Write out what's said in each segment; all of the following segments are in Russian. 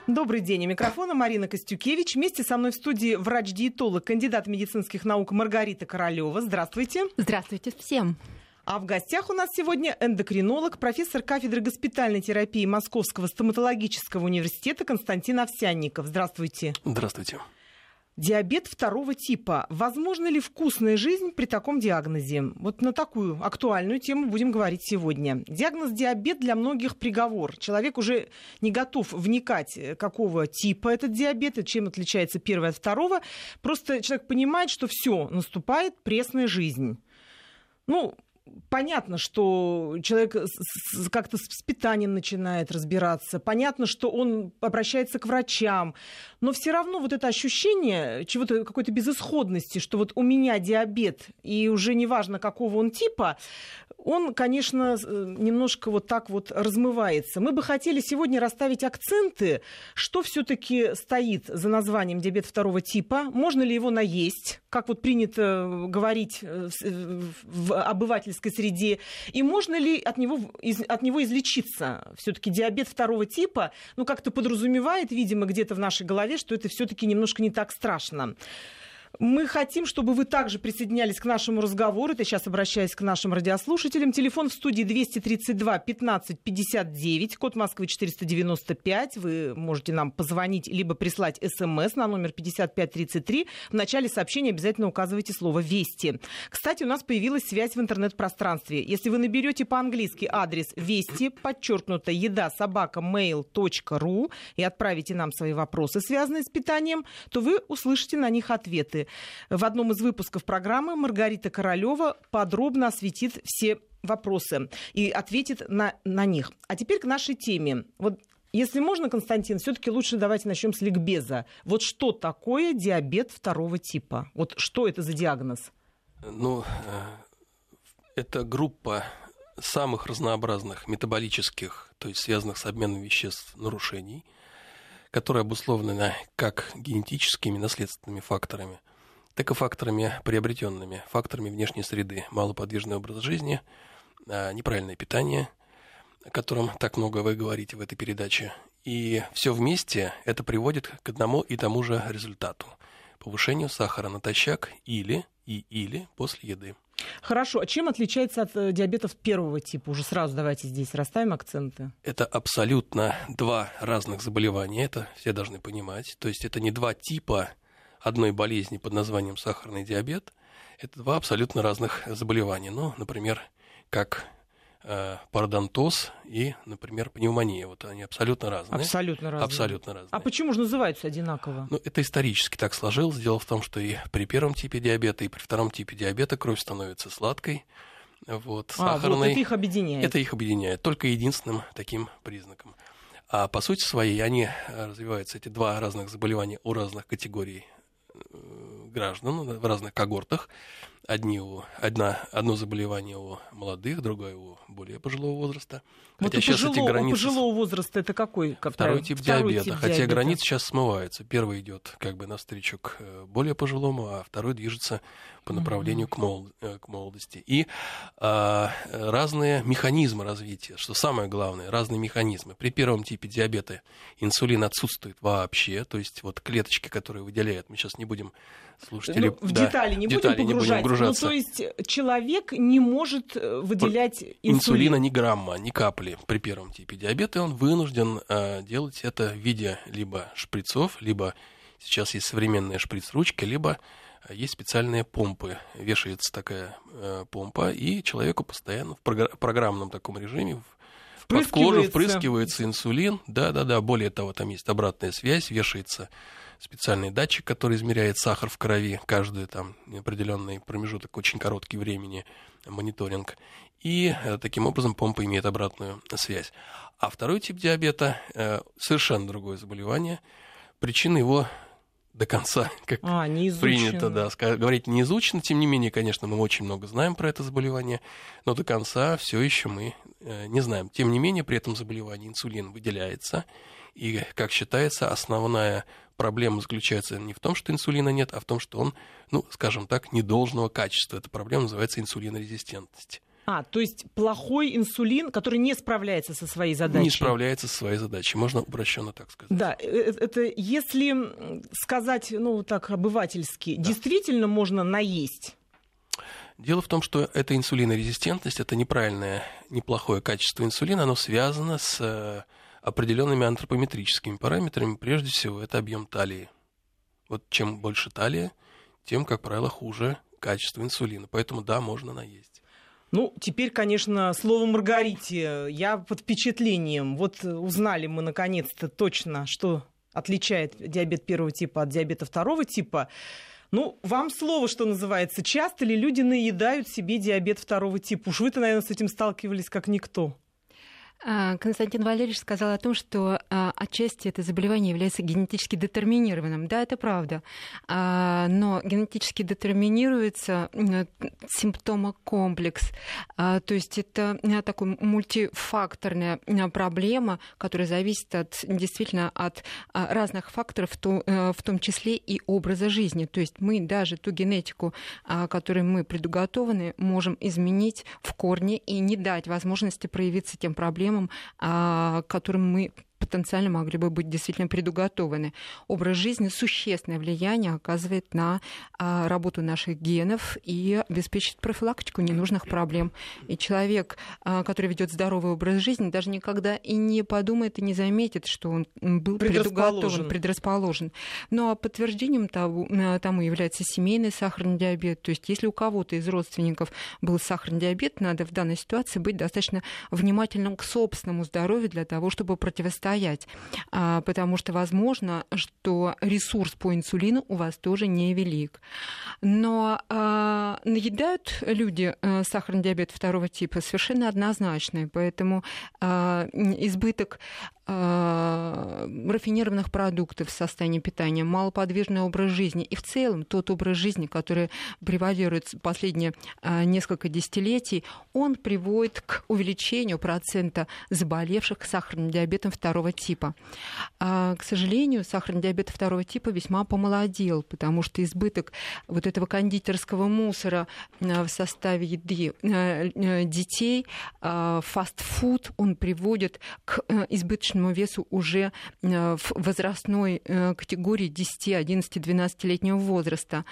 Добрый день. У микрофона Марина Костюкевич. Вместе со мной в студии врач-диетолог, кандидат медицинских наук Маргарита Королева. Здравствуйте. Здравствуйте всем. А в гостях у нас сегодня эндокринолог, профессор кафедры госпитальной терапии Московского стоматологического университета Константин Овсянников. Здравствуйте. Здравствуйте. Диабет второго типа. Возможна ли вкусная жизнь при таком диагнозе? Вот на такую актуальную тему будем говорить сегодня. Диагноз диабет для многих приговор. Человек уже не готов вникать, какого типа этот диабет и чем отличается первый от второго. Просто человек понимает, что все, наступает пресная жизнь. Понятно, что человек как-то с питанием начинает разбираться. Понятно, что он обращается к врачам. Но все равно вот это ощущение чего-то, какой-то безысходности, что вот у меня диабет, и уже неважно, какого он типа, он, конечно, немножко вот так вот размывается. Мы бы хотели сегодня расставить акценты, что все-таки стоит за названием диабет второго типа. Можно ли его наесть, как вот принято говорить в обывательской среде, и можно ли от него излечиться? Все-таки диабет второго типа, как-то подразумевает, видимо, где-то в нашей голове, что это все-таки немножко не так страшно. Мы хотим, чтобы вы также присоединялись к нашему разговору. Это сейчас обращаюсь к нашим радиослушателям. Телефон в студии 232 15 59, код Москвы 495. Вы можете нам позвонить либо прислать СМС на номер 5533. В начале сообщения обязательно указывайте слово «Вести». Кстати, у нас появилась связь в интернет-пространстве. Если вы наберете по-английски адрес «Вести», _еда_mail.ru и отправите нам свои вопросы, связанные с питанием, то вы услышите на них ответы. В одном из выпусков программы Маргарита Королева подробно осветит все вопросы и ответит на них. А теперь к нашей теме. Вот если можно, Константин, все-таки лучше давайте начнем с ликбеза. Вот что такое диабет второго типа? Вот что это за диагноз? Это группа самых разнообразных метаболических, то есть связанных с обменом веществ, нарушений, которые обусловлены как генетическими наследственными факторами, так и факторами приобретенными, факторами внешней среды, малоподвижный образ жизни, неправильное питание, о котором так много вы говорите в этой передаче. И все вместе это приводит к одному и тому же результату – повышению сахара натощак или после еды. Хорошо. А чем отличается от диабета первого типа? Уже сразу давайте здесь расставим акценты. Это абсолютно два разных заболевания, это все должны понимать. То есть это не два типа одной болезни под названием сахарный диабет, это два абсолютно разных заболевания. Например, как пародонтоз и, например, пневмония. Вот они абсолютно разные. Абсолютно разные. А почему же называются одинаково? Это исторически так сложилось. Дело в том, что и при первом типе диабета, и при втором типе диабета кровь становится сладкой, сахарной. Это их объединяет. Это их объединяет, только единственным таким признаком. А по сути своей они развиваются, эти два разных заболевания у разных категорий граждан, в разных когортах. Одно заболевание у молодых, другое у более пожилого возраста. Хотя сейчас эти границы... У пожилого возраста это какой? Второй тип диабета. Хотя границы сейчас смываются. Первый идет навстречу к более пожилому, а второй движется по направлению к молодости. И разные механизмы развития, что самое главное, разные механизмы. При первом типе диабета инсулин отсутствует вообще, то есть клеточки, которые выделяют, мы сейчас не будем слушателей... В детали не будем погружаться. То есть человек не может выделять инсулина ни грамма, ни капли при первом типе диабета, и он вынужден делать это в виде либо шприцов, либо сейчас есть современная шприц-ручка, либо есть специальные помпы. Вешается такая помпа, и человеку постоянно в программном таком режиме под кожу впрыскивается инсулин. Да. Более того, там есть обратная связь, вешается специальный датчик, который измеряет сахар в крови, каждый определенный промежуток, очень короткий времени, мониторинг. И таким образом помпа имеет обратную связь. А второй тип диабета совершенно другое заболевание. Причина его до конца, как принято говорить, не изучено. Тем не менее, конечно, мы очень много знаем про это заболевание, но до конца все еще мы не знаем. Тем не менее, при этом заболевании инсулин выделяется. И, как считается, основная проблема заключается не в том, что инсулина нет, а в том, что он, скажем так, недолжного качества. Эта проблема называется инсулинорезистентность. То есть плохой инсулин, который не справляется со своей задачей. Не справляется со своей задачей, можно упрощенно так сказать. Да, это если сказать, так обывательски, действительно можно наесть. Дело в том, что эта инсулинорезистентность, это неплохое качество инсулина, оно связано с определенными антропометрическими параметрами. Прежде всего, это объем талии. Вот чем больше талия, тем, как правило, хуже качество инсулина. Поэтому, да, можно наесть. Теперь, конечно, слово Маргарите. Я под впечатлением. Вот узнали мы, наконец-то, точно, что отличает диабет первого типа от диабета второго типа. Вам слово, что называется. Часто ли люди наедают себе диабет второго типа? Уж вы-то, наверное, с этим сталкивались как никто. Константин Валерьевич сказал о том, что отчасти это заболевание является генетически детерминированным. Да, это правда. Но генетически детерминируется симптомокомплекс. То есть это такая мультифакторная проблема, которая зависит действительно от разных факторов, в том числе и образа жизни. То есть мы даже ту генетику, которой мы предуготованы, можем изменить в корне и не дать возможности проявиться тем проблемам, к которым мы потенциально могли бы быть действительно предуготованы. Образ жизни существенное влияние оказывает на работу наших генов и обеспечит профилактику ненужных проблем. И человек, который ведет здоровый образ жизни, даже никогда и не подумает и не заметит, что он был предуготован, предрасположен. Ну а подтверждением тому является семейный сахарный диабет. То есть если у кого-то из родственников был сахарный диабет, надо в данной ситуации быть достаточно внимательным к собственному здоровью для того, чтобы противостоять. Потому что возможно, что ресурс по инсулину у вас тоже невелик. Но наедают люди сахарный диабет второго типа совершенно однозначно. Поэтому избыток рафинированных продуктов в состоянии питания, малоподвижный образ жизни и в целом тот образ жизни, который превалирует последние несколько десятилетий, он приводит к увеличению процента заболевших сахарным диабетом второго типа. К сожалению, сахарный диабет второго типа весьма помолодел, потому что избыток вот этого кондитерского мусора в составе еды детей, фастфуд, он приводит к избыточному весу уже в возрастной категории 10, 11, 12-летнего возраста.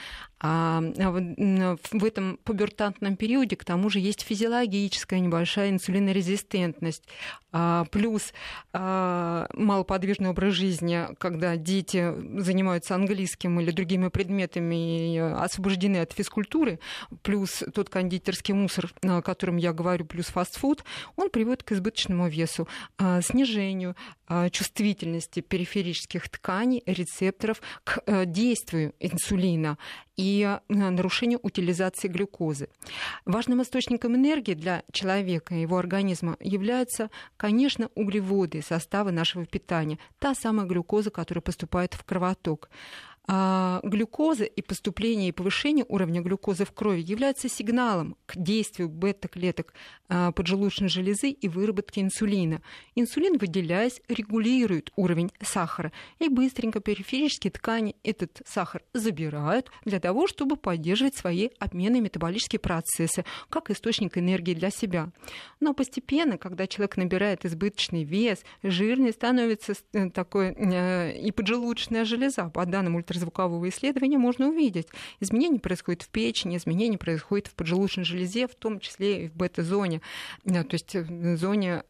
В этом пубертантном периоде, к тому же, есть физиологическая небольшая инсулинорезистентность, плюс малоподвижный образ жизни, когда дети занимаются английским или другими предметами и освобождены от физкультуры, плюс тот кондитерский мусор, о котором я говорю, плюс фастфуд, он приводит к избыточному весу, снижению чувствительности периферических тканей, рецепторов к действию инсулина и нарушению утилизации глюкозы. Важным источником энергии для человека и его организма являются, конечно, углеводы, составы нашего питания, та самая глюкоза, которая поступает в кровоток. Глюкоза и поступление и повышение уровня глюкозы в крови являются сигналом к действию бета-клеток поджелудочной железы и выработке инсулина. Инсулин, выделяясь, регулирует уровень сахара, и быстренько периферические ткани этот сахар забирают для того, чтобы поддерживать свои обменные метаболические процессы как источник энергии для себя. Но постепенно, когда человек набирает избыточный вес, жирный становится такой и поджелудочная железа, по данным ультразвукового исследования можно увидеть. Изменения происходят в печени, изменения происходят в поджелудочной железе, в том числе и в бета-зоне, то есть в зоне,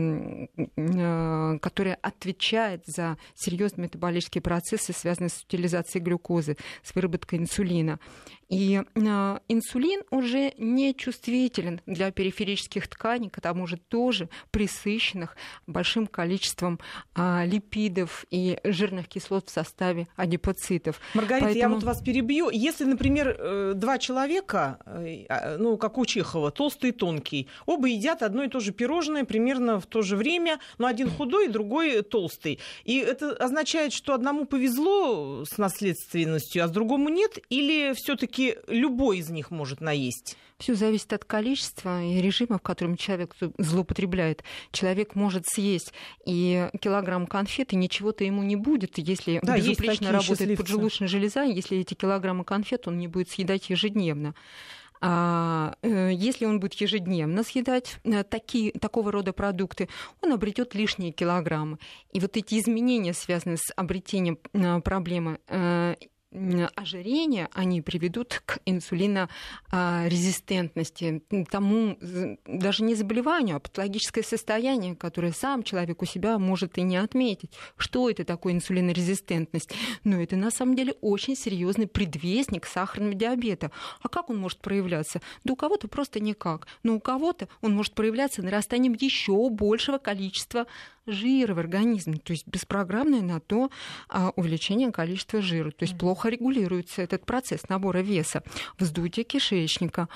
которая отвечает за серьезные метаболические процессы, связанные с утилизацией глюкозы, с выработкой инсулина. И инсулин уже не чувствителен для периферических тканей, к тому же тоже присыщенных большим количеством липидов и жирных кислот в составе адипоцитов. Маргарита, я вот вас перебью. Если, например, два человека, как у Чехова, толстый и тонкий, оба едят одно и то же пирожное примерно в то же время, но один худой, другой толстый. И это означает, что одному повезло с наследственностью, а с другому нет? Или все-таки любой из них может наесть? Все зависит от количества и режима, в котором человек злоупотребляет. Человек может съесть и килограмм конфет, и ничего-то ему не будет, если безупречно работает поджелудочная железа, если эти килограммы конфет он не будет съедать ежедневно. Если он будет ежедневно съедать такого рода продукты, он обретет лишние килограммы. И вот эти изменения, связанные с обретением проблемы ожирения, они приведут к инсулинорезистентности, тому даже не заболеванию, а патологическое состояние, которое сам человек у себя может и не отметить. Что это такое инсулинорезистентность? Ну, это на самом деле очень серьезный предвестник сахарного диабета. А как он может проявляться? Да у кого-то просто никак. Но у кого-то он может проявляться нарастанием еще большего количества жира в организме, то есть беспрограммное на то увеличение количества жира. То есть плохо регулируется этот процесс набора веса, вздутие кишечника,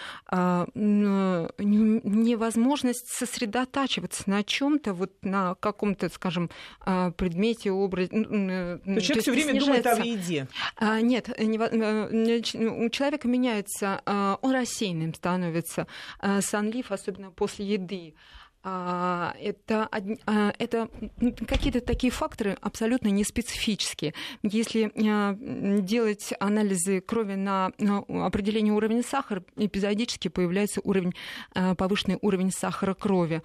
невозможность сосредотачиваться на чем-то, вот на каком-то, скажем, предмете, образе. То человек все время думает о еде. Нет, у человека меняется, он рассеянным становится, сонлив, особенно после еды. Это какие-то такие факторы абсолютно неспецифические. Если делать анализы крови на определение уровня сахара, эпизодически появляется повышенный уровень сахара крови.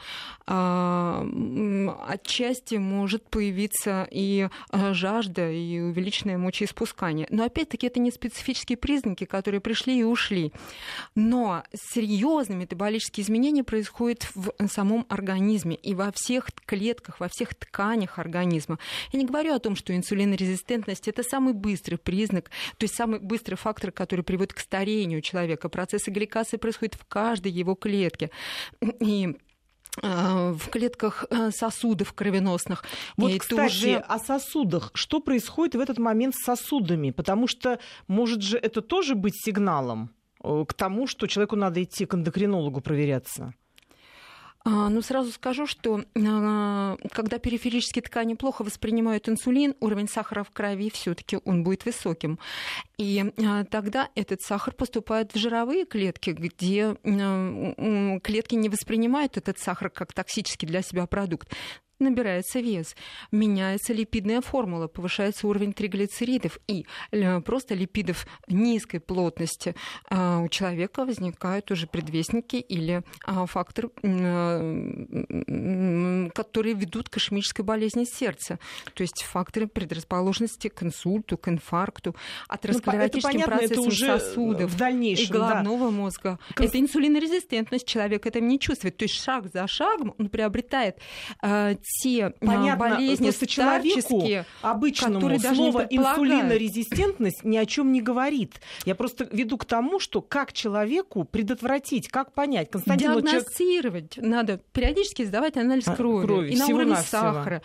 Отчасти может появиться и жажда, и увеличенное мочеиспускание. Но опять-таки это не специфические признаки, которые пришли и ушли. Но серьезные метаболические изменения происходят в самом организме и во всех клетках, во всех тканях организма. Я не говорю о том, что инсулинорезистентность — это самый быстрый признак, то есть самый быстрый фактор, который приводит к старению человека. Процессы гликации происходят в каждой его клетке. И в клетках сосудов кровеносных. Вот, и кстати, о сосудах. Что происходит в этот момент с сосудами? Потому что, может же, это тоже быть сигналом к тому, что человеку надо идти к эндокринологу проверяться? Ну, сразу скажу, что когда периферические ткани плохо воспринимают инсулин, уровень сахара в крови все-таки он будет высоким. И тогда этот сахар поступает в жировые клетки, где клетки не воспринимают этот сахар как токсический для себя продукт. Набирается вес, меняется липидная формула, повышается уровень триглицеридов, и просто липидов низкой плотности у человека возникают уже предвестники или факторы, которые ведут к ишемической болезни сердца, то есть факторы предрасположенности к инсульту, к инфаркту, атеросклеротическим процессам сосудов в дальнейшем, и головного мозга. Это инсулинорезистентность, человек это не чувствует, то есть шаг за шагом он приобретает те болезни старческие, обычному слово инсулинорезистентность ни о чем не говорит. Я просто веду к тому, что как человеку предотвратить, как понять. Константин, диагностировать надо периодически сдавать анализ крови и на уровень сахара,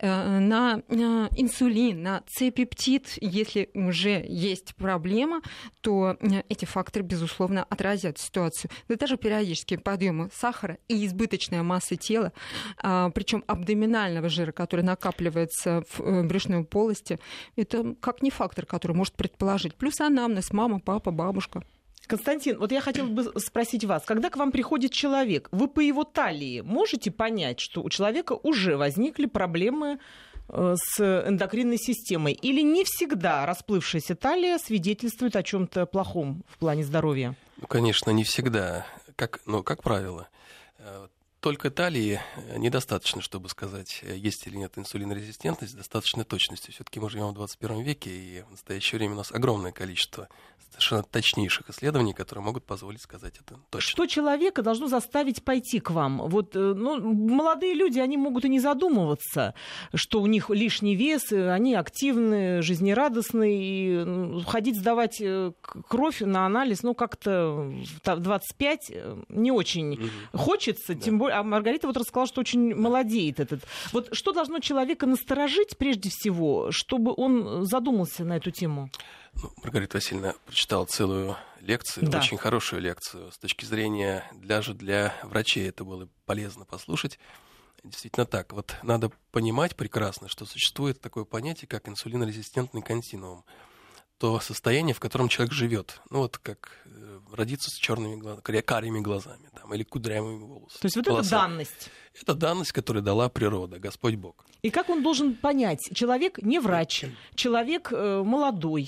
на инсулин, на С-пептид. Если уже есть проблема, то эти факторы, безусловно, отразят ситуацию. Но даже периодические подъемы сахара и избыточная масса тела, причем абдоминального жира, который накапливается в брюшной полости, это как не фактор, который может предположить. Плюс анамнез, мама, папа, бабушка. Константин, вот я хотела бы спросить вас, когда к вам приходит человек, вы по его талии можете понять, что у человека уже возникли проблемы с эндокринной системой? Или не всегда расплывшаяся талия свидетельствует о чем-то плохом в плане здоровья? Ну, конечно, не всегда. Как правило, только талии недостаточно, чтобы сказать, есть или нет инсулинорезистентность, достаточно точности. Все-таки мы живем в 21 веке, и в настоящее время у нас огромное количество совершенно точнейших исследований, которые могут позволить сказать это точно. Что человека должно заставить пойти к вам? Вот, молодые люди, они могут и не задумываться, что у них лишний вес, они активны, жизнерадостны, и ходить сдавать кровь на анализ, как-то в 25 не очень хочется, тем более. А Маргарита вот рассказала, что очень молодеет этот. Вот что должно человека насторожить прежде всего, чтобы он задумался на эту тему? Маргарита Васильевна прочитала целую лекцию, очень хорошую лекцию. С точки зрения даже для врачей это было полезно послушать. Действительно так. Вот надо понимать прекрасно, что существует такое понятие, как инсулинорезистентный континуум. То состояние, в котором человек живет. Как родиться с карими глазами или кудрявыми волосами. То есть вот это данность. Это данность, которую дала природа, Господь Бог. И как он должен понять? Человек не врач, человек молодой.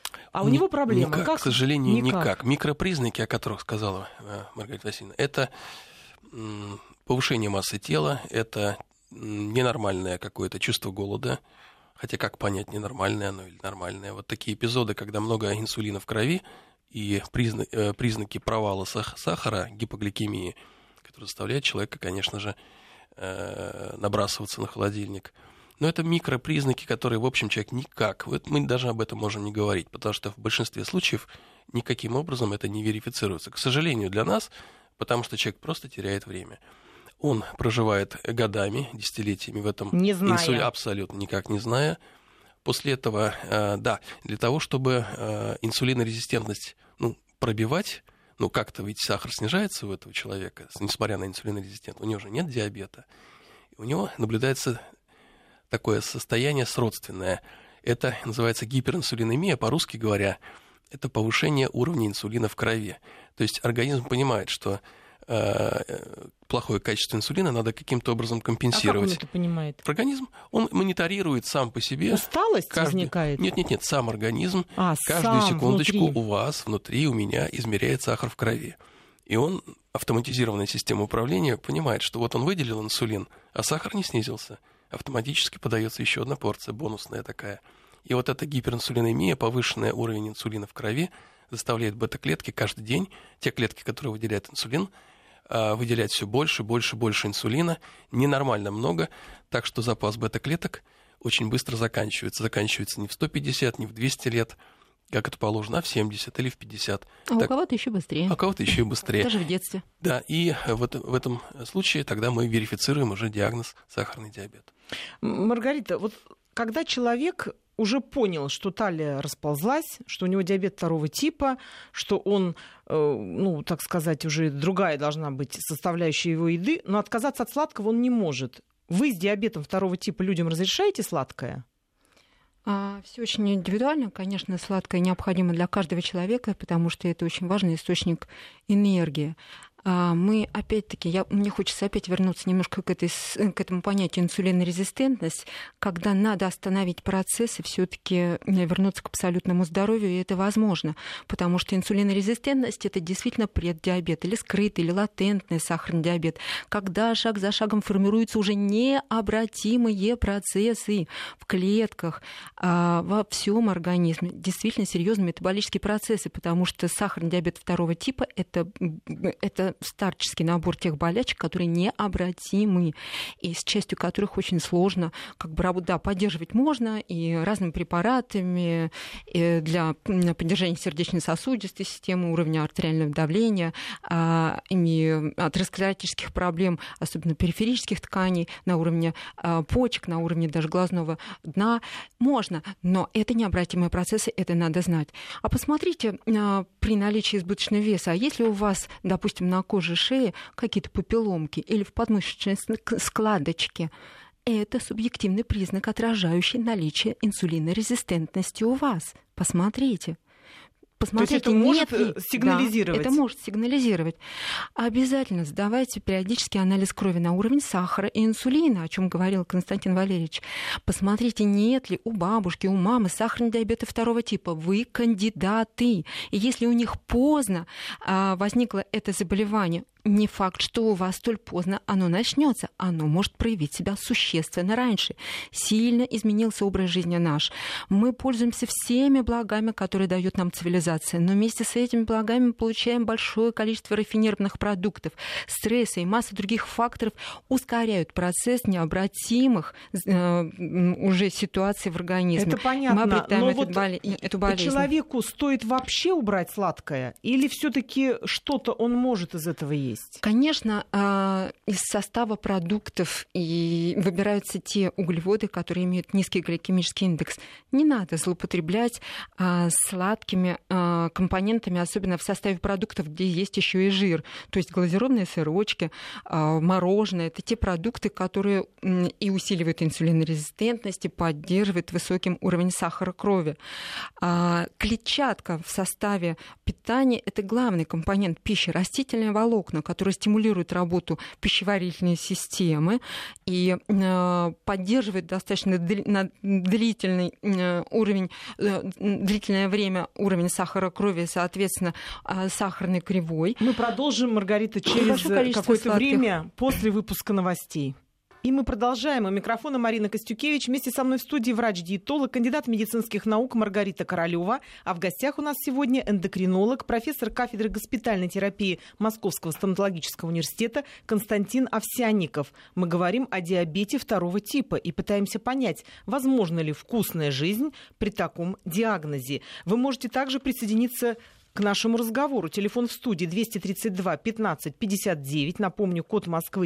А у него проблема. Никак, как? К сожалению, никак. Микропризнаки, о которых сказала Маргарита Васильевна, это повышение массы тела, это ненормальное какое-то чувство голода, хотя как понять, ненормальное оно или нормальное. Вот такие эпизоды, когда много инсулина в крови и признаки провала сахара, гипогликемии, которые заставляют человека, конечно же, набрасываться на холодильник. Но это микропризнаки, которые, в общем, человек никак, вот мы даже об этом можем не говорить, потому что в большинстве случаев никаким образом это не верифицируется. К сожалению, для нас, потому что человек просто теряет время. Он проживает годами, десятилетиями в этом инсулине, абсолютно никак не зная. После этого, да, для того, чтобы инсулинорезистентность пробивать, как-то ведь сахар снижается у этого человека, несмотря на инсулинорезистентность, у него же нет диабета, у него наблюдается такое состояние сродственное. Это называется гиперинсулинемия, по-русски говоря, это повышение уровня инсулина в крови. То есть организм понимает, что плохое качество инсулина надо каким-то образом компенсировать. А как он это понимает? Организм, он мониторирует сам по себе. Усталость возникает? Нет, сам организм каждую секундочку внутри. У вас, внутри, у меня измеряет сахар в крови. И он, автоматизированная система управления, понимает, что вот он выделил инсулин, а сахар не снизился. Автоматически подается еще одна порция, бонусная такая. И вот эта гиперинсулинемия, повышенный уровень инсулина в крови, заставляет бета-клетки каждый день, те клетки, которые выделяют инсулин, выделять все больше инсулина, ненормально много, так что запас бета-клеток очень быстро заканчивается. Заканчивается не в 150, не в 200 лет, как это положено, а в 70 или в 50. У кого-то еще быстрее. А у кого-то еще быстрее. Даже в детстве. Да, и в этом случае тогда мы верифицируем уже диагноз сахарный диабет. Маргарита, вот когда человек уже понял, что талия расползлась, что у него диабет второго типа, что он, так сказать, уже другая должна быть составляющая его еды, но отказаться от сладкого он не может. Вы с диабетом второго типа людям разрешаете сладкое? Все очень индивидуально. Конечно, сладкое необходимо для каждого человека, потому что это очень важный источник энергии. Мы, опять-таки, мне хочется опять вернуться немножко к этому понятию инсулинорезистентность, когда надо остановить процесс и все-таки вернуться к абсолютному здоровью, и это возможно, потому что инсулинорезистентность — это действительно преддиабет, или скрытый, или латентный сахарный диабет, когда шаг за шагом формируются уже необратимые процессы в клетках, во всем организме, действительно серьезные метаболические процессы, потому что сахарный диабет второго типа — это старческий набор тех болячек, которые необратимы, и с частью которых очень сложно поддерживать можно и разными препаратами для поддержания сердечно-сосудистой системы, уровня артериального давления, и атеросклеротических проблем, особенно периферических тканей, на уровне почек, на уровне даже глазного дна. Можно, но это необратимые процессы, это надо знать. А посмотрите при наличии избыточного веса, а если у вас, допустим, на коже шеи какие-то папилломки или в подмышечной складочке, это субъективный признак, отражающий наличие инсулинорезистентности у вас. Посмотрите. То есть это может сигнализировать? Да, это может сигнализировать. Обязательно сдавайте периодически анализ крови на уровень сахара и инсулина, о чем говорил Константин Валерьевич. Посмотрите, нет ли у бабушки, у мамы сахарного диабета второго типа. Вы кандидаты. И если у них поздно возникло это заболевание, не факт, что у вас столь поздно оно начнется. Оно может проявить себя существенно раньше. Сильно изменился образ жизни наш. Мы пользуемся всеми благами, которые дает нам цивилизация, но вместе с этими благами мы получаем большое количество рафинированных продуктов. Стрессы и масса других факторов ускоряют процесс необратимых уже ситуаций в организме. Это понятно. Мы обретаем но эту болезнь. Человеку стоит вообще убрать сладкое? Или все-таки что-то он может из этого есть? Конечно, из состава продуктов и выбираются те углеводы, которые имеют низкий гликемический индекс. Не надо злоупотреблять сладкими компонентами, особенно в составе продуктов, где есть еще и жир. То есть глазированные сырочки, мороженое — это те продукты, которые и усиливают инсулинорезистентность, и поддерживают высокий уровень сахара крови. Клетчатка в составе питания — это главный компонент пищи. Растительные волокна гормона, которые стимулируют работу пищеварительной системы и поддерживают достаточно длительное время уровень сахара крови, соответственно, сахарной кривой. Мы продолжим, Маргарита, через какое-то время после выпуска новостей. И мы продолжаем. У микрофона Марина Костюкевич. Вместе со мной в студии врач-диетолог, кандидат медицинских наук Маргарита Королёва. А в гостях у нас сегодня эндокринолог, профессор кафедры госпитальной терапии Московского стоматологического университета Константин Овсянников. Мы говорим о диабете второго типа и пытаемся понять, возможна ли вкусная жизнь при таком диагнозе. Вы можете также присоединиться к нашему разговору. Телефон в студии 232 15 59. Напомню, код Москвы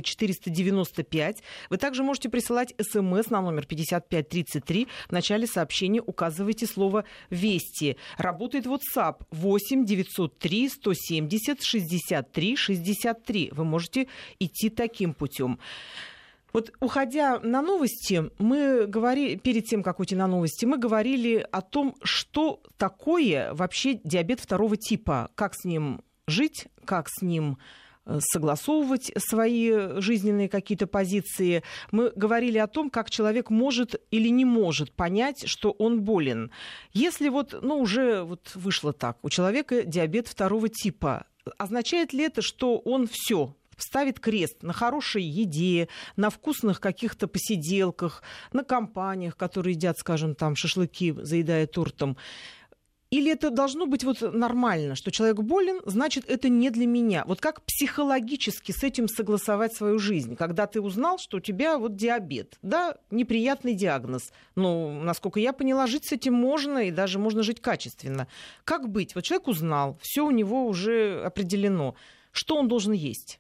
495. Вы также можете присылать СМС на номер 5533. В начале сообщения указывайте слово «Вести». Работает WhatsApp 8 903 170 63 63. Вы можете идти таким путем. Вот, уходя на новости, мы говорили, перед тем, как уйти на новости, мы говорили о том, что такое вообще диабет второго типа, как с ним жить, как с ним согласовывать свои жизненные какие-то позиции. Мы говорили о том, как человек может или не может понять, что он болен. Если уже вышло так, у человека диабет второго типа, означает ли это, что он все ставит крест на хорошей еде, на вкусных каких-то посиделках, на компаниях, которые едят, скажем, там шашлыки, заедая тортом? Или это должно быть нормально, что человек болен, значит, это не для меня? Вот как психологически с этим согласовать свою жизнь, когда ты узнал, что у тебя диабет, да, неприятный диагноз. Но, насколько я поняла, жить с этим можно, и даже можно жить качественно. Как быть? Вот человек узнал, все у него уже определено. Что он должен есть?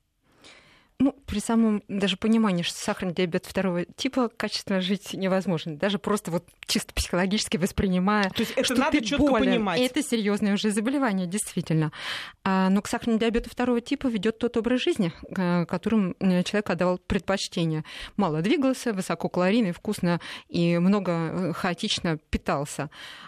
При самом даже понимании, что сахарный диабет второго типа качественно жить невозможно. Даже просто чисто психологически воспринимая, то есть это что надо ты четко болен. Понимать. Это серьезное уже заболевание, действительно. Но к сахарному диабету второго типа ведет тот образ жизни, которым человек отдавал предпочтение. Мало двигался, высококалорийный, вкусно и много хаотично питался.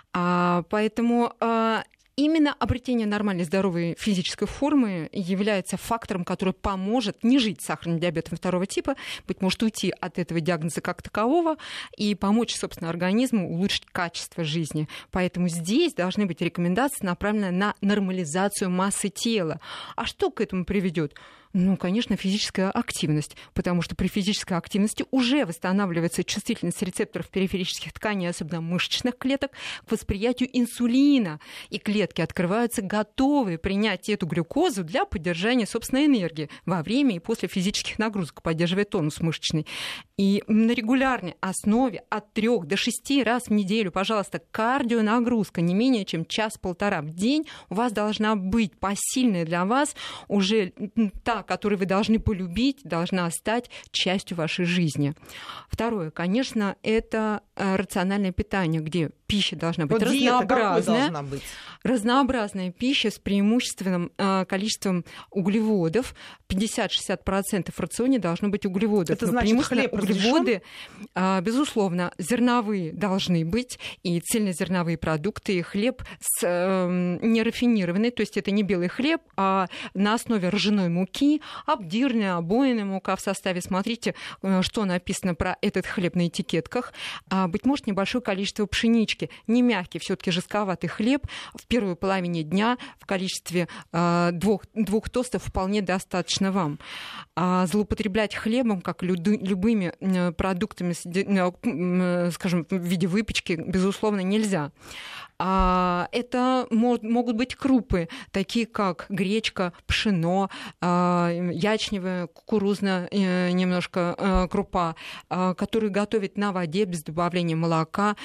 Поэтому именно обретение нормальной здоровой физической формы является фактором, который поможет не жить с сахарным диабетом второго типа, быть может, уйти от этого диагноза как такового и помочь, собственно, организму улучшить качество жизни. Поэтому здесь должны быть рекомендации, направленные на нормализацию массы тела. А что к этому приведет? Конечно, физическая активность, потому что при физической активности уже восстанавливается чувствительность рецепторов периферических тканей, особенно мышечных клеток, к восприятию инсулина. И клетки открываются готовые принять эту глюкозу для поддержания собственной энергии во время и после физических нагрузок, поддерживая тонус мышечный. И на регулярной основе от 3 до 6 раз в неделю, пожалуйста, кардионагрузка не менее чем 1-1,5 в день у вас должна быть посильная для вас, уже та, которую вы должны полюбить, должна стать частью вашей жизни. Второе, конечно, это рациональное питание, где пища должна быть разнообразная. Разнообразная пища с преимущественным количеством углеводов. 50-60% в рационе должно быть углеводов. Это значит, хлеб углеводы, безусловно, зерновые должны быть, и цельнозерновые продукты, и хлеб нерафинированный, то есть это не белый хлеб, а на основе ржаной муки, обдирная, обойная мука в составе. Смотрите, что написано про этот хлеб на этикетках. Быть может, небольшое количество пшенички, не мягкий, все-таки жестковатый хлеб в первой половине дня в количестве 2 тостов вполне достаточно вам. Злоупотреблять хлебом, как любыми продуктами, скажем, в виде выпечки, безусловно, нельзя. Это могут быть крупы, такие как гречка, пшено, ячневая, кукурузная немножко крупа, которые готовят на воде без добавления молока.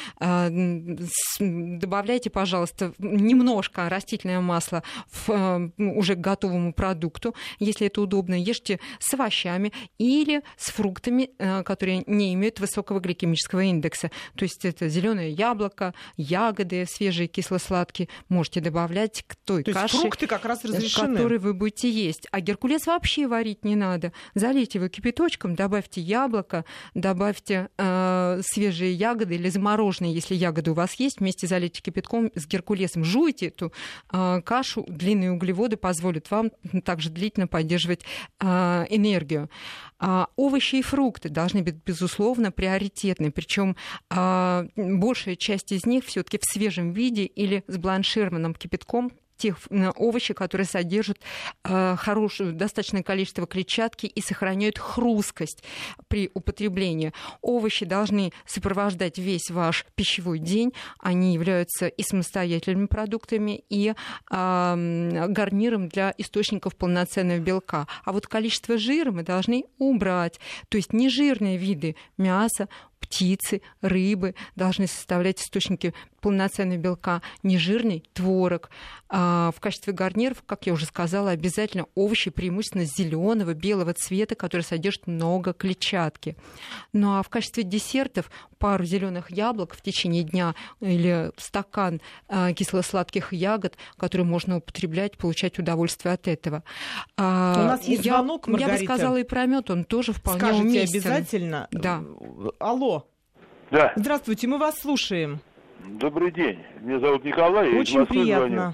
Добавляйте, пожалуйста, немножко растительное масло уже к готовому продукту, если это удобно. Ешьте с овощами или с фруктами, которые не имеют высокого гликемического индекса. То есть это зеленое яблоко, ягоды, свежий кисло-сладкий, можете добавлять к той каше, фрукты как раз разрешены, которые вы будете есть. А геркулес вообще варить не надо. Залейте его кипяточком, добавьте яблоко, добавьте свежие ягоды или замороженные, если ягоды у вас есть, вместе залейте кипятком с геркулесом. Жуйте эту кашу, длинные углеводы позволят вам также длительно поддерживать энергию. Овощи и фрукты должны быть, безусловно, приоритетны, причем большая часть из них все-таки в свежем виде или с бланшированным кипятком, тех овощей, которые содержат хорошее, достаточное количество клетчатки и сохраняют хрусткость при употреблении. Овощи должны сопровождать весь ваш пищевой день. Они являются и самостоятельными продуктами, и гарниром для источников полноценного белка. А вот количество жира мы должны убрать. То есть нежирные виды мяса, птицы, рыбы должны составлять источники полноценного белка, нежирный творог. В качестве гарниров, как я уже сказала, обязательно овощи преимущественно зеленого, белого цвета, которые содержат много клетчатки. Ну а в качестве десертов пару зеленых яблок в течение дня или стакан кисло-сладких ягод, которые можно употреблять, получать удовольствие от этого. У нас есть звонок, Маргарита. Я бы сказала и про мед, он тоже вполне уместен. Скажите обязательно? Да. Алло. Да. Здравствуйте, мы вас слушаем. Добрый день. Меня зовут Николай. Очень приятно.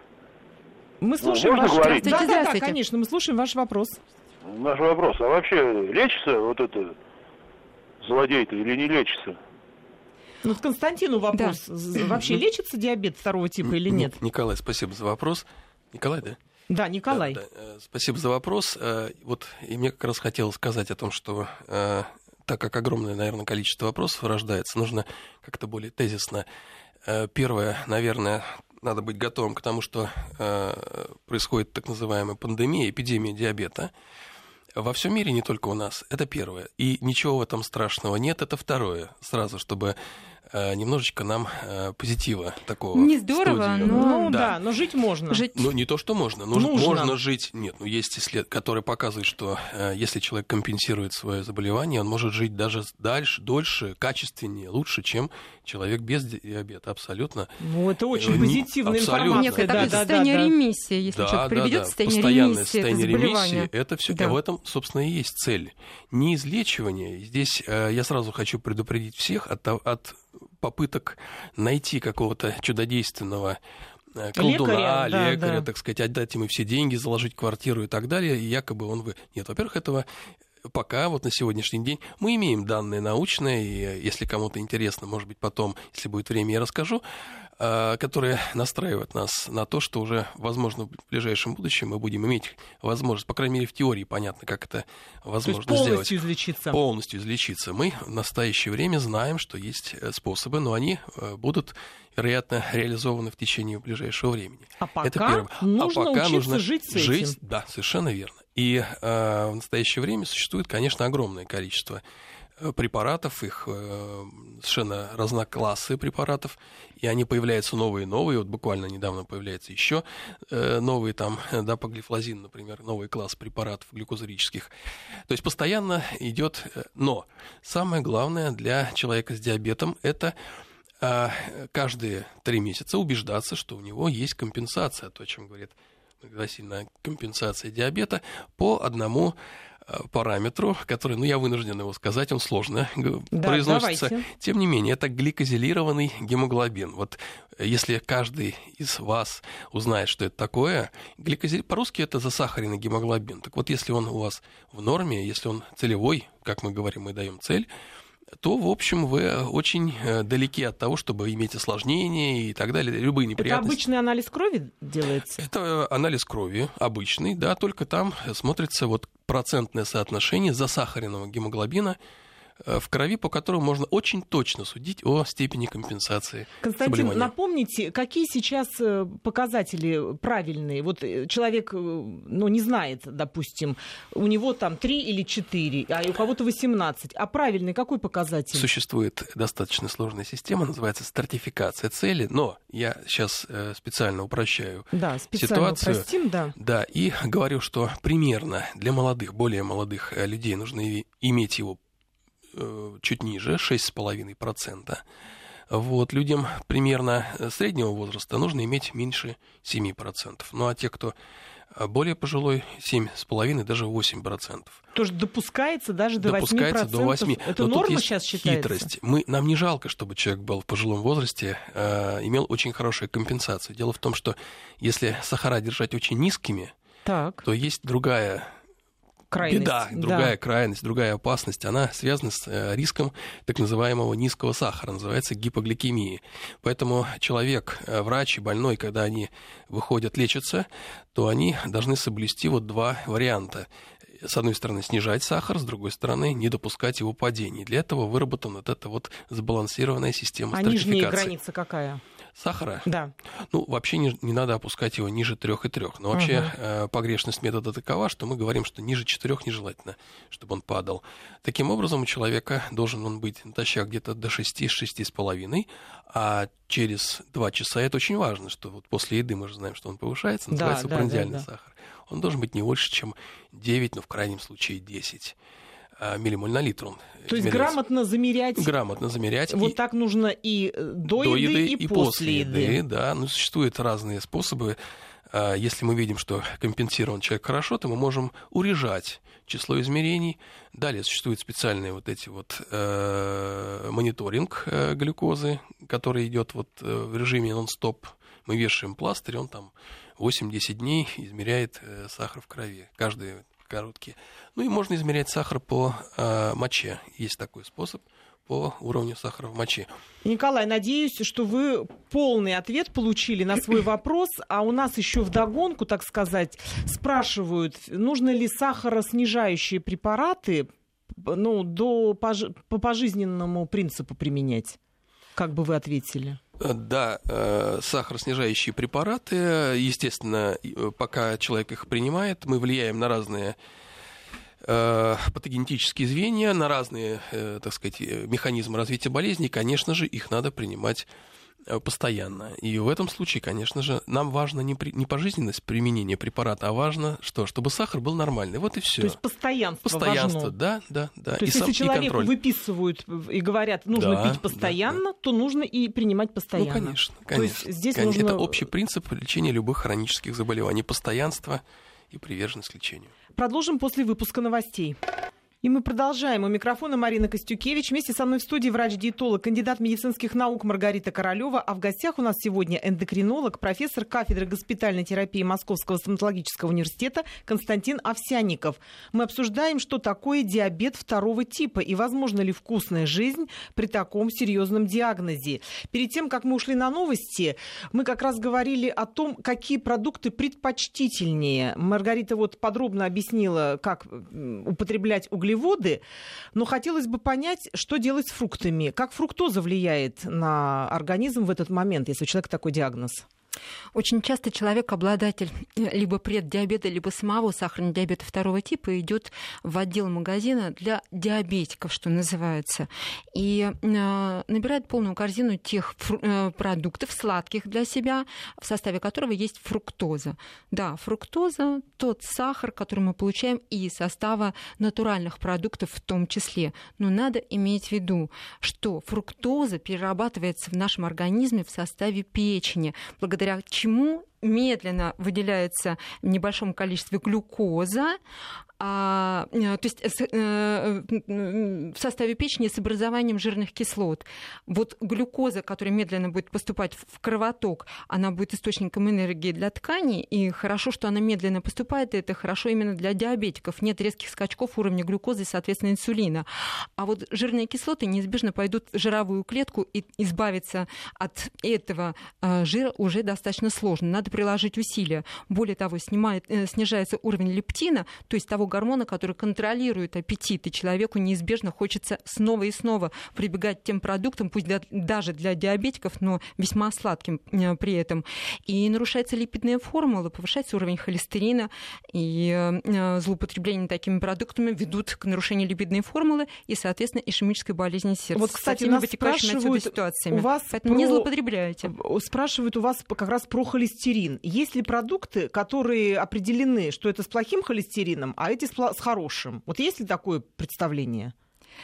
Мы слушаем ваш вопрос. Да, конечно, мы слушаем ваш вопрос. Наш вопрос. А вообще лечится вот это злодей-то или не лечится? Ну, к Константину вопрос. Да. Вообще лечится диабет второго типа или нет? Николай, спасибо за вопрос. Николай, да? Да, Николай. Да. Спасибо за вопрос. Вот и мне как раз хотелось сказать о том, что так как огромное, наверное, количество вопросов рождается, нужно как-то более тезисно. Первое, наверное, надо быть готовым к тому, что происходит так называемая пандемия, эпидемия диабета. Во всем мире, не только у нас. Это первое. И ничего в этом страшного нет. Это второе. Сразу, чтобы немножечко нам позитива такого. Не здорово, но жить можно. Ну, не то, что можно. Можно жить. Нет, есть исследования, которые показывают, что если человек компенсирует свое заболевание, он может жить даже дальше, дольше, качественнее, лучше, чем человек без диабета. Абсолютно. Ну, это очень позитивная информация. Нет, это состояние ремиссии, если человек приведет состояние постоянное ремиссии. Состояние ремиссии, это все. В этом, собственно, и есть цель. Не излечивание. Здесь я сразу хочу предупредить всех от попыток найти какого-то чудодейственного колдуна, лекаря, так сказать, отдать ему все деньги, заложить квартиру и так далее, и якобы он... Нет, во-первых, этого пока вот на сегодняшний день мы имеем данные научные, и если кому-то интересно, может быть, потом, если будет время, я расскажу, которые настраивают нас на то, что уже, возможно, в ближайшем будущем мы будем иметь возможность, по крайней мере, в теории понятно, как это возможно полностью сделать. Излечиться. Полностью излечиться. Мы в настоящее время знаем, что есть способы, но они будут, вероятно, реализованы в течение ближайшего времени. А пока нужно жить с этим. Да, совершенно верно. И в настоящее время существует, конечно, огромное количество препаратов, их совершенно разноклассы препаратов, и они появляются новые и новые. Вот буквально недавно появляется еще новые, там, дапаглифлозин, например, новый класс препаратов глюкозурических. То есть постоянно идет. Но самое главное для человека с диабетом — это каждые 3 месяца убеждаться, что у него есть компенсация, то, о чем говорит Васильевна, компенсация диабета по одному параметру, который, я вынужден его сказать, он сложно произносится. Давайте. Тем не менее, это гликозилированный гемоглобин. Вот если каждый из вас узнает, что это такое, по-русски это засахаренный гемоглобин. Так вот, если он у вас в норме, если он целевой, как мы говорим, мы даем цель, то, в общем, вы очень далеки от того, чтобы иметь осложнения и так далее, любые неприятности. Это обычный анализ крови делается? Это анализ крови обычный, да, только там смотрится вот процентное соотношение засахаренного гемоглобина в крови, по которому можно очень точно судить о степени компенсации Константин, заболевания. напомните, какие сейчас показатели правильные? Вот человек, не знает, допустим, у него там 3 или 4, а у кого-то 18. А правильный какой показатель? Существует достаточно сложная система, называется стратификация цели, но я сейчас специально упрощаю ситуацию. Упростим, да. Да, и говорю, что примерно для более молодых людей нужно иметь его чуть ниже, 6,5%. Вот, людям примерно среднего возраста нужно иметь меньше 7%. Ну а те, кто более пожилой, 7,5%, даже 8%. Тоже допускается даже до 8%? Допускается до 8%. Это но норма тут сейчас есть считается? хитрость. Нам не жалко, чтобы человек был в пожилом возрасте, имел очень хорошую компенсацию. Дело в том, что если сахара держать очень низкими, то есть другая крайность. Беда, другая крайность, другая опасность, она связана с риском так называемого низкого сахара, называется гипогликемия. Поэтому человек, врач и больной, когда они выходят лечиться, то они должны соблюсти вот два варианта. С одной стороны, снижать сахар, с другой стороны, не допускать его падения. Для этого выработана вот эта вот сбалансированная система стратификации. А нижняя граница какая? Сахара? Да. Вообще не надо опускать его ниже 3,3. Но вообще погрешность метода такова, что мы говорим, что ниже 4 нежелательно, чтобы он падал. Таким образом, у человека должен он быть натощак где-то до 6-6,5, а через 2 часа, это очень важно, что вот после еды мы же знаем, что он повышается, называется пранdiальный сахар. Он должен быть не больше, чем 9, в крайнем случае 10 миллимоль на литр. То есть грамотно замерять. Грамотно замерять. Вот так нужно и до еды, и после еды. Да, существуют разные способы. Если мы видим, что компенсирован человек хорошо, то мы можем урежать число измерений. Далее существует специальный мониторинг глюкозы, который идет в режиме нон-стоп. Мы вешаем пластырь, он там 8-10 дней измеряет сахар в крови. Каждые короткие. И можно измерять сахар по моче. Есть такой способ по уровню сахара в моче. Николай, надеюсь, что вы полный ответ получили на свой вопрос. А у нас еще вдогонку, так сказать, спрашивают, нужно ли сахароснижающие препараты по пожизненному принципу применять? Как бы вы ответили? Да, сахароснижающие препараты, естественно, пока человек их принимает, мы влияем на разные патогенетические звенья, на разные, так сказать, механизмы развития болезни, и, конечно же, их надо принимать постоянно. И в этом случае, конечно же, нам важно не пожизненность применения препарата, а важно что? Чтобы сахар был нормальный. Вот и все. То есть постоянство важно. Да. То есть если человеку выписывают и говорят, нужно пить постоянно, то нужно и принимать постоянно. Конечно. То есть здесь нужно... Это общий принцип лечения любых хронических заболеваний. Постоянство и приверженность к лечению. Продолжим после выпуска новостей. И мы продолжаем. У микрофона Марина Костюкевич. Вместе со мной в студии врач-диетолог, кандидат медицинских наук Маргарита Королева. А в гостях у нас сегодня эндокринолог, профессор кафедры госпитальной терапии Московского стоматологического университета Константин Овсянников. Мы обсуждаем, что такое диабет второго типа и возможна ли вкусная жизнь при таком серьезном диагнозе. Перед тем, как мы ушли на новости, мы как раз говорили о том, какие продукты предпочтительнее. Маргарита подробно объяснила, как употреблять углеводы, но хотелось бы понять, что делать с фруктами. Как фруктоза влияет на организм в этот момент, если у человека такой диагноз? Очень часто человек, обладатель либо преддиабета, либо самого сахарного диабета второго типа, идет в отдел магазина для диабетиков, что называется, и набирает полную корзину тех продуктов сладких для себя, в составе которого есть фруктоза. Да, фруктоза – тот сахар, который мы получаем и из состава натуральных продуктов в том числе. Но надо иметь в виду, что фруктоза перерабатывается в нашем организме в составе печени, благодаря чему медленно выделяется в небольшом количестве глюкоза, то есть в составе печени с образованием жирных кислот. Глюкоза, которая медленно будет поступать в кровоток, она будет источником энергии для тканей, и хорошо, что она медленно поступает, и это хорошо именно для диабетиков. Нет резких скачков уровня глюкозы и, соответственно, инсулина. А жирные кислоты неизбежно пойдут в жировую клетку, и избавиться от этого жира уже достаточно сложно. Надо приложить усилия. Более того, снижается уровень лептина, то есть того гормона, который контролирует аппетит, и человеку неизбежно хочется снова и снова прибегать к тем продуктам, пусть даже для диабетиков, но весьма сладким при этом. И нарушается липидная формула, повышается уровень холестерина, и злоупотребление такими продуктами ведут к нарушению липидной формулы и, соответственно, ишемической болезни сердца. Кстати, нас спрашивают у вас поэтому не злоупотребляйте. Спрашивают у вас как раз про холестерин. Есть ли продукты, которые определены, что это с плохим холестерином, а эти с хорошим? Есть ли такое представление?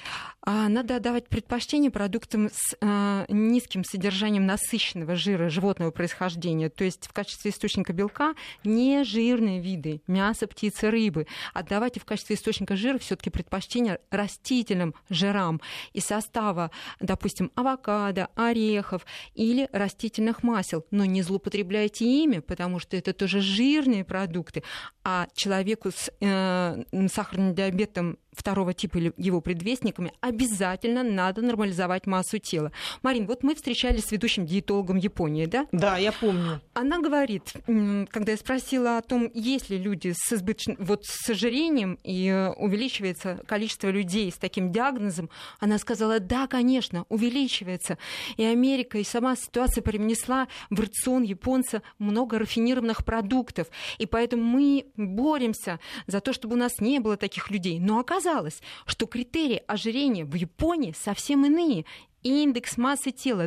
надо отдавать предпочтение продуктам с низким содержанием насыщенного жира животного происхождения, то есть в качестве источника белка не жирные виды мяса, птицы, рыбы. Отдавайте в качестве источника жира все-таки предпочтение растительным жирам из состава, допустим, авокадо, орехов или растительных масел. Но не злоупотребляйте ими, потому что это тоже жирные продукты. А человеку с сахарным диабетом второго типа или его предвестниками обязательно надо нормализовать массу тела. Марин, вот мы встречались с ведущим диетологом Японии, да? Да, я помню. Она говорит, когда я спросила о том, есть ли люди с с ожирением и увеличивается количество людей с таким диагнозом, она сказала, да, конечно, увеличивается. И Америка, и сама ситуация привнесла в рацион японца много рафинированных продуктов. И поэтому мы боремся за то, чтобы у нас не было таких людей. Но оказалось, что критерии ожирения в Японии совсем иные. Индекс массы тела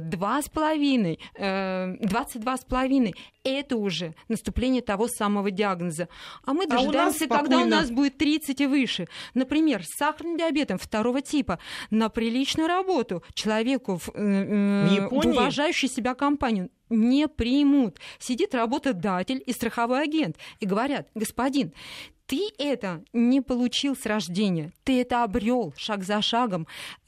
22,5. Это уже наступление того самого диагноза. А мы дожидаемся, когда у нас будет 30 и выше. Например, с сахарным диабетом второго типа на приличную работу человеку в уважающую себя компанию не примут. Сидит работодатель и страховой агент и говорят, господин, ты это не получил с рождения, ты это обрел шаг за шагом,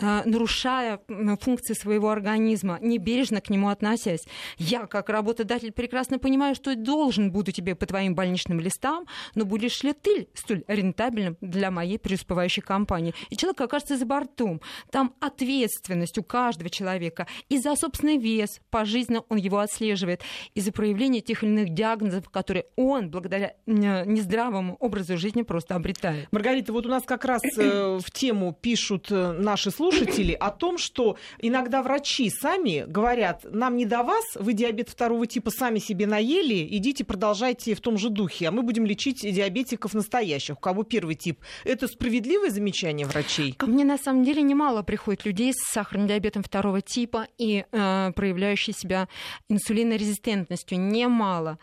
нарушая функции своего организма, небережно к нему относясь. Я, как работодатель, прекрасно понимаю, что должен буду тебе по твоим больничным листам, но будешь ли ты столь рентабельным для моей преуспевающей компании? И человек окажется за бортом. Там ответственность у каждого человека и за собственный вес, пожизненно он его отслеживает, и за проявление тех или иных диагнозов, которые он, благодаря нездравому образу жизни, просто обретает. Маргарита, вот у нас как раз в тему пишут наши слушатели о том, что иногда врачи сами говорят, нам не до вас, вы диабет второго типа сами себе наели, идите продолжайте в том же духе, а мы будем лечить диабетиков настоящих, у кого первый тип. Это справедливое замечание врачей? Ко мне на самом деле немало приходит людей с сахарным диабетом второго типа и проявляющие себя инсулинорезистентностью. Немало.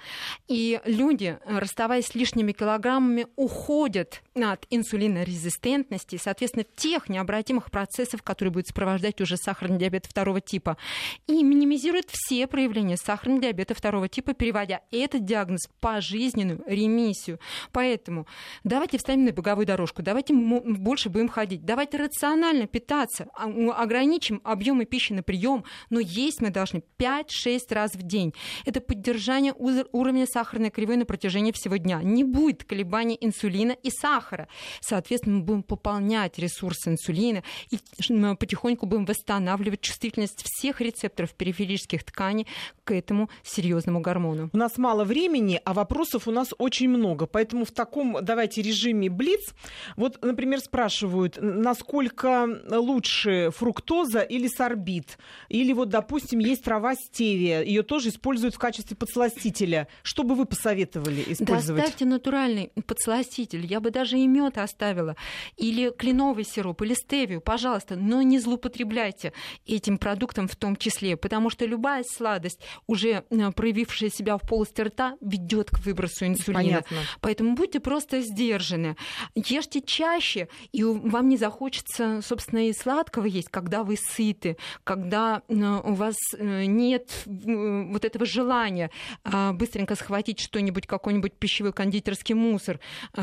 И люди, расставаясь с лишними килограммами, уходят от инсулинорезистентности, соответственно, тех необратимых процессов, которые будут сопровождать уже сахарный диабет второго типа, и минимизируют все проявления сахарного диабета второго типа, переводя этот диагноз в пожизненную ремиссию. Поэтому давайте встанем на беговую дорожку, давайте больше будем ходить, давайте рационально питаться, ограничим объемы пищи на прием, но есть мы должны 5-6 раз в день. Это поддержание уровня сахарной кривой на протяжении всего дня. Не будет колебаний инсулина и сахара. Соответственно, мы будем пополнять ресурсы инсулина и потихоньку будем восстанавливать чувствительность всех рецепторов периферических тканей к этому серьезному гормону. У нас мало времени, а вопросов у нас очень много. Поэтому в таком, давайте, режиме блиц. Вот, например, спрашивают, насколько лучше фруктоза или сорбит? Или вот, допустим, есть трава стевия. Ее тоже используют в качестве подсластителя. Что бы вы посоветовали использовать? Доставьте натуральный подсластитель. Я бы даже и мед оставила. Или кленовый сироп, или стевию, пожалуйста. Но не злоупотребляйте этим продуктом в том числе. Потому что любая сладость, уже проявившая себя в полости рта, ведет к выбросу инсулина. Понятно. Поэтому будьте просто сдержаны. Ешьте чаще, и вам не захочется, собственно, и сладкого есть, когда вы сыты, когда у вас нет вот этого желания быстренько схватить что-нибудь, какой-нибудь пищевой кондитерский мусор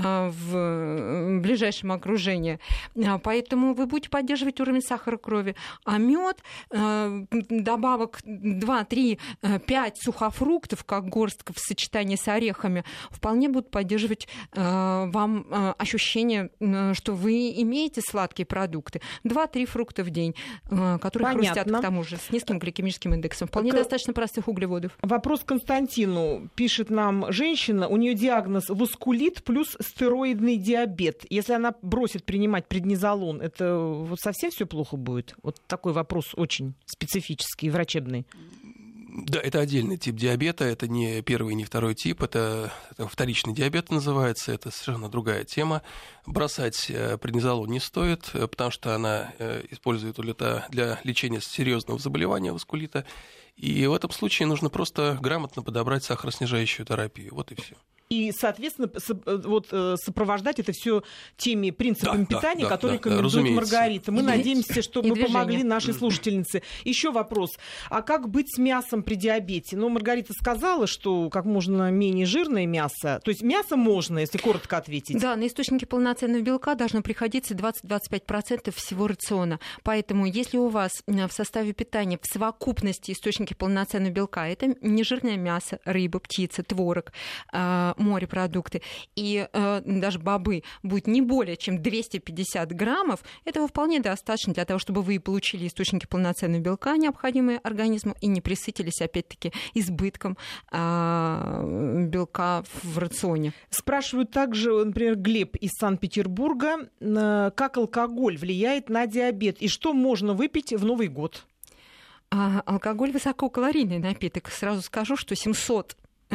в ближайшем окружении. Поэтому вы будете поддерживать уровень сахара крови. А мед, добавок 2, 3, 5 сухофруктов, как горстка в сочетании с орехами, вполне будут поддерживать вам ощущение, что вы имеете сладкие продукты. 2-3 фрукта в день, которые хрустят к тому же, с низким гликемическим индексом. Вполне достаточно простых углеводов. Вопрос Константину. Пишет нам женщина, у нее диагноз воскулит плюс стероидный диабет. Если она бросит принимать преднизолон, это вот совсем все плохо будет? Вот такой вопрос очень специфический, врачебный. Да, это отдельный тип диабета, это не первый, не второй тип, это вторичный диабет называется, это совершенно другая тема. Бросать преднизолон не стоит, потому что она использует для лечения серьезного заболевания воскулита, и в этом случае нужно просто грамотно подобрать сахароснижающую терапию, вот и все. И, соответственно, сопровождать это все теми принципами питания, которые рекомендует Маргарита. Мы надеемся, что мы помогли нашей слушательнице. Еще вопрос. А как быть с мясом при диабете? Ну, Маргарита сказала, что как можно менее жирное мясо. То есть мясо можно, если коротко ответить. Да, на источники полноценного белка должно приходиться 20-25% всего рациона. Поэтому, если у вас в составе питания в совокупности источники полноценного белка, это нежирное мясо, рыба, птица, творог, морепродукты и даже бобы будет не более чем 250 граммов, этого вполне достаточно для того, чтобы вы получили источники полноценного белка, необходимые организму, и не присытились, опять-таки, избытком белка в рационе. Спрашивают также, например, Глеб из Санкт-Петербурга, как алкоголь влияет на диабет и что можно выпить в Новый год? Алкоголь высококалорийный напиток. Сразу скажу, что 100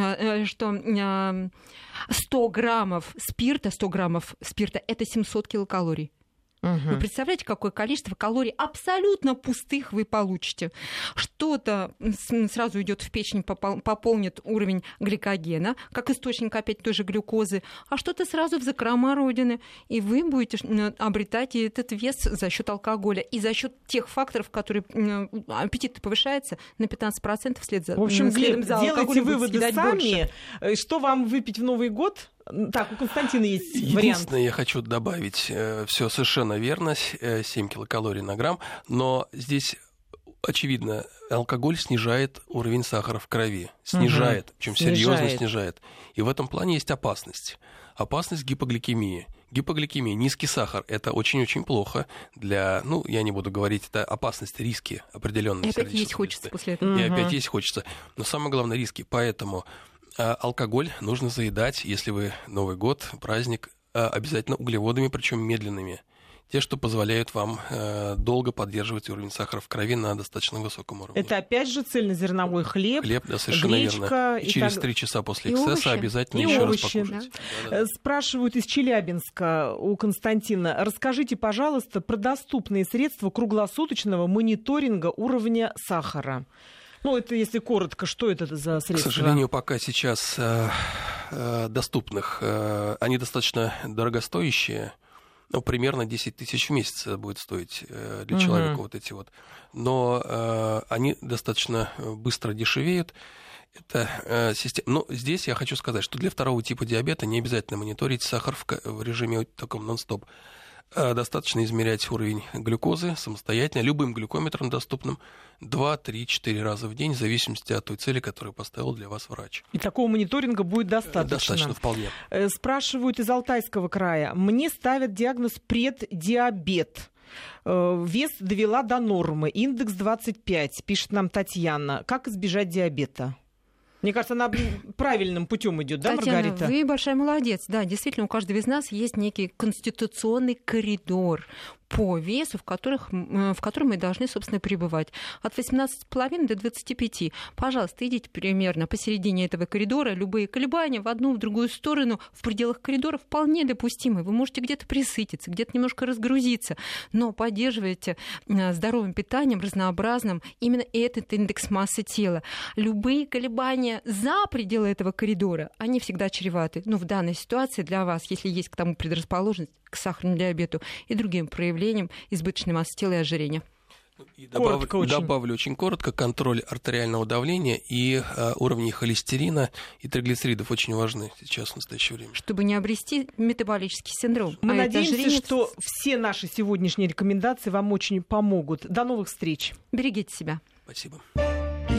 граммов спирта – это 700 килокалорий. Вы представляете, какое количество калорий абсолютно пустых вы получите? Что-то сразу идет в печень, пополнит уровень гликогена, как источник опять той же глюкозы, а что-то сразу в закрома родины, и вы будете обретать этот вес за счет алкоголя и за счет тех факторов, которые аппетит повышается на 15% вслед за. В общем, Глеб, делайте выводы сами, что вам выпить в Новый год. Так, у Константина есть вариант. Единственное, я хочу добавить, все совершенно верно, 7 килокалорий на грамм, но здесь, очевидно, алкоголь снижает уровень сахара в крови. Снижает, причем серьезно снижает. И в этом плане есть опасность. Опасность гипогликемии. Гипогликемия, низкий сахар – это очень-очень плохо для, я не буду говорить, это опасность, риски определенные. И опять есть хочется после этого. И опять есть хочется. Но самое главное – риски. Поэтому алкоголь нужно заедать, если вы Новый год, праздник, обязательно углеводами, причем медленными. Те, что позволяют вам долго поддерживать уровень сахара в крови на достаточно высоком уровне. Это опять же цельнозерновой хлеб, да, совершенно гречка. Верно. И через 3 часа после эксцесса обязательно еще раз покушать. Да. Спрашивают из Челябинска у Константина. Расскажите, пожалуйста, про доступные средства круглосуточного мониторинга уровня сахара. Это если коротко, что это за средства? К сожалению, пока сейчас доступных, они достаточно дорогостоящие. Примерно 10 тысяч в месяц будет стоить для человека вот эти вот. Но они достаточно быстро дешевеют. Это система. Но здесь я хочу сказать, что для второго типа диабета не обязательно мониторить сахар в режиме таком нон-стоп. Достаточно измерять уровень глюкозы самостоятельно, любым глюкометром доступным 2, 3, 4 раза в день, в зависимости от той цели, которую поставил для вас врач. И такого мониторинга будет достаточно? Достаточно, вполне. Спрашивают из Алтайского края. Мне ставят диагноз преддиабет. Вес довела до нормы, индекс 25, пишет нам Татьяна. Как избежать диабета? Мне кажется, она правильным путем идет, да, Татьяна, Маргарита? Вы большая молодец. Да, действительно, у каждого из нас есть некий конституционный коридор по весу, в котором мы должны, собственно, пребывать. От 18,5 до 25. Пожалуйста, идите примерно посередине этого коридора. Любые колебания в одну, в другую сторону в пределах коридора вполне допустимы. Вы можете где-то присытиться, где-то немножко разгрузиться, но поддерживайте здоровым питанием, разнообразным именно этот индекс массы тела. Любые колебания за пределы этого коридора, они всегда чреваты. Но в данной ситуации для вас, если есть к тому предрасположенность, к сахарному диабету и другим проявлениям избыточной массы тела и ожирения. И добавлю очень коротко, контроль артериального давления и уровни холестерина и триглицеридов очень важны сейчас в настоящее время. Чтобы не обрести метаболический синдром. Мы надеемся, что все наши сегодняшние рекомендации вам очень помогут. До новых встреч. Берегите себя. Спасибо.